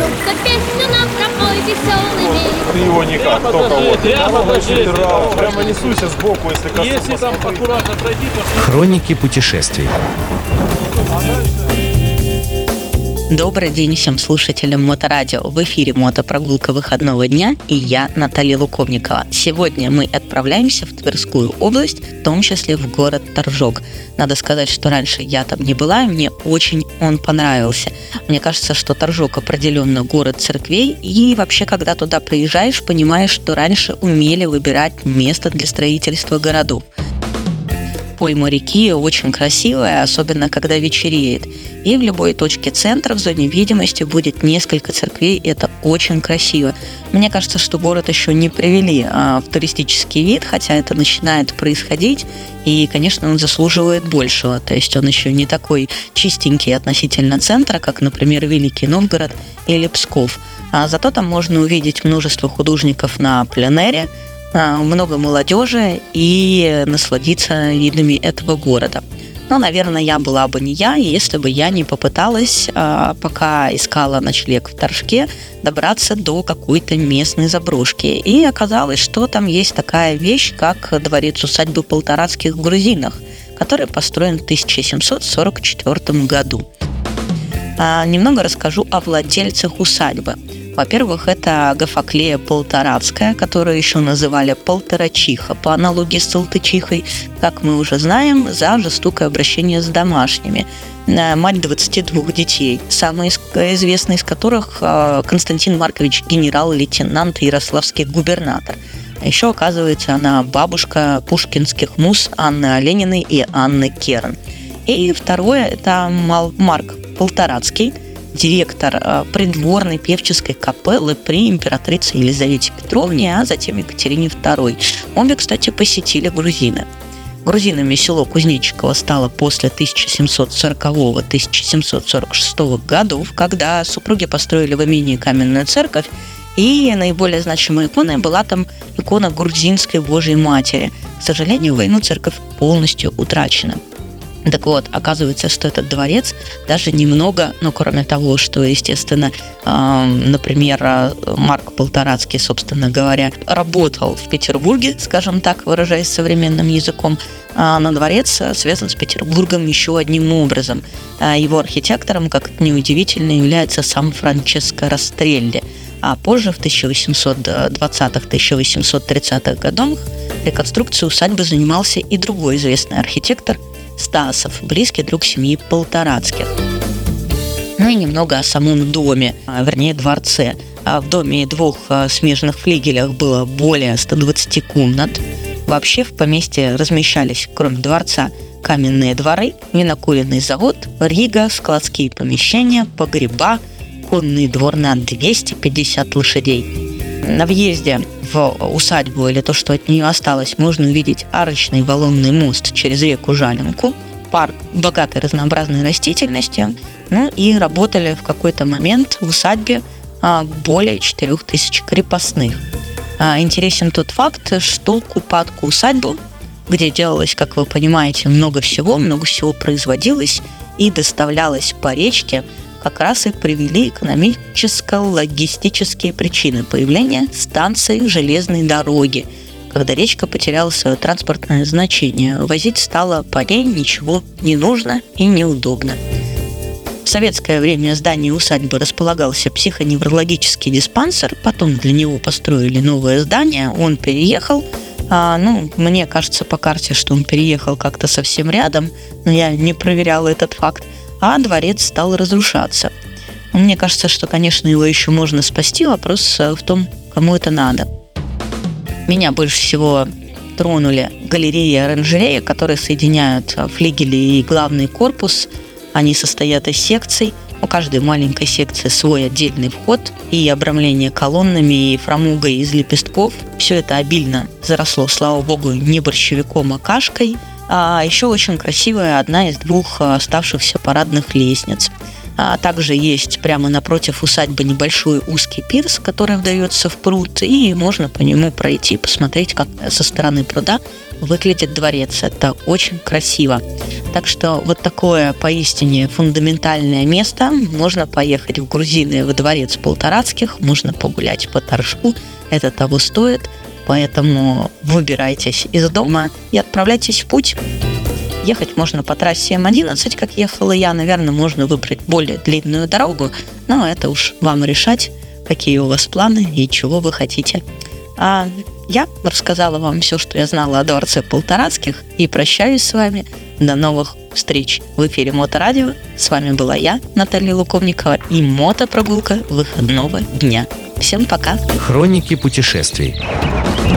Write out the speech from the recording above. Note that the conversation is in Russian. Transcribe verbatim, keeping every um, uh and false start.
За песню нам пропой веселыми. Ты его никак, Прямо только подожди, вот. прямо подожди. Прямо, прямо несуйся сбоку, если коснусь. Если там аккуратно пройти, то... Хроники путешествий. Добрый день всем слушателям Моторадио. В эфире мотопрогулка выходного дня и я, Наталья Луковникова. Сегодня мы отправляемся в Тверскую область, в том числе в город Торжок. Надо сказать, что раньше я там не была, и мне очень он понравился. Мне кажется, что Торжок определенно город церквей, и вообще, когда туда приезжаешь, понимаешь, что раньше умели выбирать место для строительства городов. Пойма реки очень красивая, особенно когда вечереет. И в любой точке центра в зоне видимости будет несколько церквей. Это очень красиво. Мне кажется, что город еще не привели а, в туристический вид, хотя это начинает происходить. И, конечно, он заслуживает большего. То есть он еще не такой чистенький относительно центра, как, например, Великий Новгород или Псков. А зато там можно увидеть множество художников на пленэре, много молодежи и насладиться видами этого города. Но, наверное, я была бы не я, если бы я не попыталась, пока искала ночлег в Торжке, добраться до какой-то местной заброшки. И оказалось, что там есть такая вещь, как дворец-усадьбы Полторацких в Грузинах, который построен в тысяча семьсот сорок четвёртом году. Немного расскажу о владельцах усадьбы. Во-первых, это Агафоклея Полторацкая, которую еще называли Полторачиха, по аналогии с Салтычихой, как мы уже знаем, за жестокое обращение с домашними. Мать двадцати двух детей, самый известный из которых Константин Маркович, генерал-лейтенант, ярославский губернатор. Еще, оказывается, она бабушка пушкинских муз Анны Олениной и Анны Керн. И второе, это Марк Полторацкий, директор придворной певческой капеллы при императрице Елизавете Петровне, а затем Екатерине второй. Обе, кстати, посетили грузины. Грузинами село Кузнечиково стало после тысяча семьсот сорокового — тысяча семьсот сорок шестого годов, когда супруги построили в имении каменную церковь, и наиболее значимой иконой была там икона грузинской Божьей Матери. К сожалению, в войну церковь полностью утрачена. Так вот, оказывается, что этот дворец даже немного, ну, кроме того, что, естественно, э, например, Марк Полторацкий, собственно говоря, работал в Петербурге, скажем так, выражаясь современным языком, э, но дворец связан с Петербургом еще одним образом. Э, его архитектором, как это неудивительно, является сам Франческо Растрелли. А позже, в тысяча восемьсот двадцатых — тысяча восемьсот тридцатых годах, реконструкцией усадьбы занимался и другой известный архитектор Стасов, близкий друг семьи Полторацких. Ну и немного о самом доме, вернее дворце. В доме и двух смежных флигелях было более ста двадцати комнат. Вообще в поместье размещались, кроме дворца, каменные дворы, винокуренный завод, рига, складские помещения, погреба, конный двор на двести пятьдесят лошадей. На въезде в усадьбу, или то, что от нее осталось, можно увидеть арочный валунный мост через реку Жалинку, парк богатой разнообразной растительностью, ну и работали в какой-то момент в усадьбе более четырех тысяч крепостных. Интересен тот факт, что к упадку усадьбы, где делалось, как вы понимаете, много всего, много всего производилось и доставлялось по речке, как раз и привели экономическо-логистические причины появления станции железной дороги, когда речка потеряла свое транспортное значение. Возить стало по ней ничего не нужно и неудобно. В советское время здание усадьбы располагался психоневрологический диспансер, потом для него построили новое здание, он переехал. А, ну, мне кажется по карте, что он переехал как-то совсем рядом, но я не проверяла этот факт. А дворец стал разрушаться. Мне кажется, что, конечно, его еще можно спасти, вопрос в том, кому это надо. Меня больше всего тронули галереи и оранжереи, которые соединяют флигели и главный корпус. Они состоят из секций. У каждой маленькой секции свой отдельный вход и обрамление колоннами и фрамугой из лепестков. Все это обильно заросло, слава богу, не борщевиком, а кашкой. А еще очень красивая одна из двух оставшихся парадных лестниц. А также есть прямо напротив усадьбы небольшой узкий пирс, который вдается в пруд, и можно по нему пройти, посмотреть, как со стороны пруда выглядит дворец. Это очень красиво. Так что вот такое поистине фундаментальное место. Можно поехать в Грузины, во дворец Полторацких, можно погулять по Торжку. Это того стоит. Поэтому выбирайтесь из дома и отправляйтесь в путь. Ехать можно по трассе М одиннадцать, как ехала я. Наверное, можно выбрать более длинную дорогу, но это уж вам решать, какие у вас планы и чего вы хотите. А я рассказала вам все, что я знала о дворце Полторацких, и прощаюсь с вами. До новых встреч в эфире Моторадио. С вами была я, Наталья Луковникова, и мотопрогулка выходного дня. Всем пока. Хроники путешествий.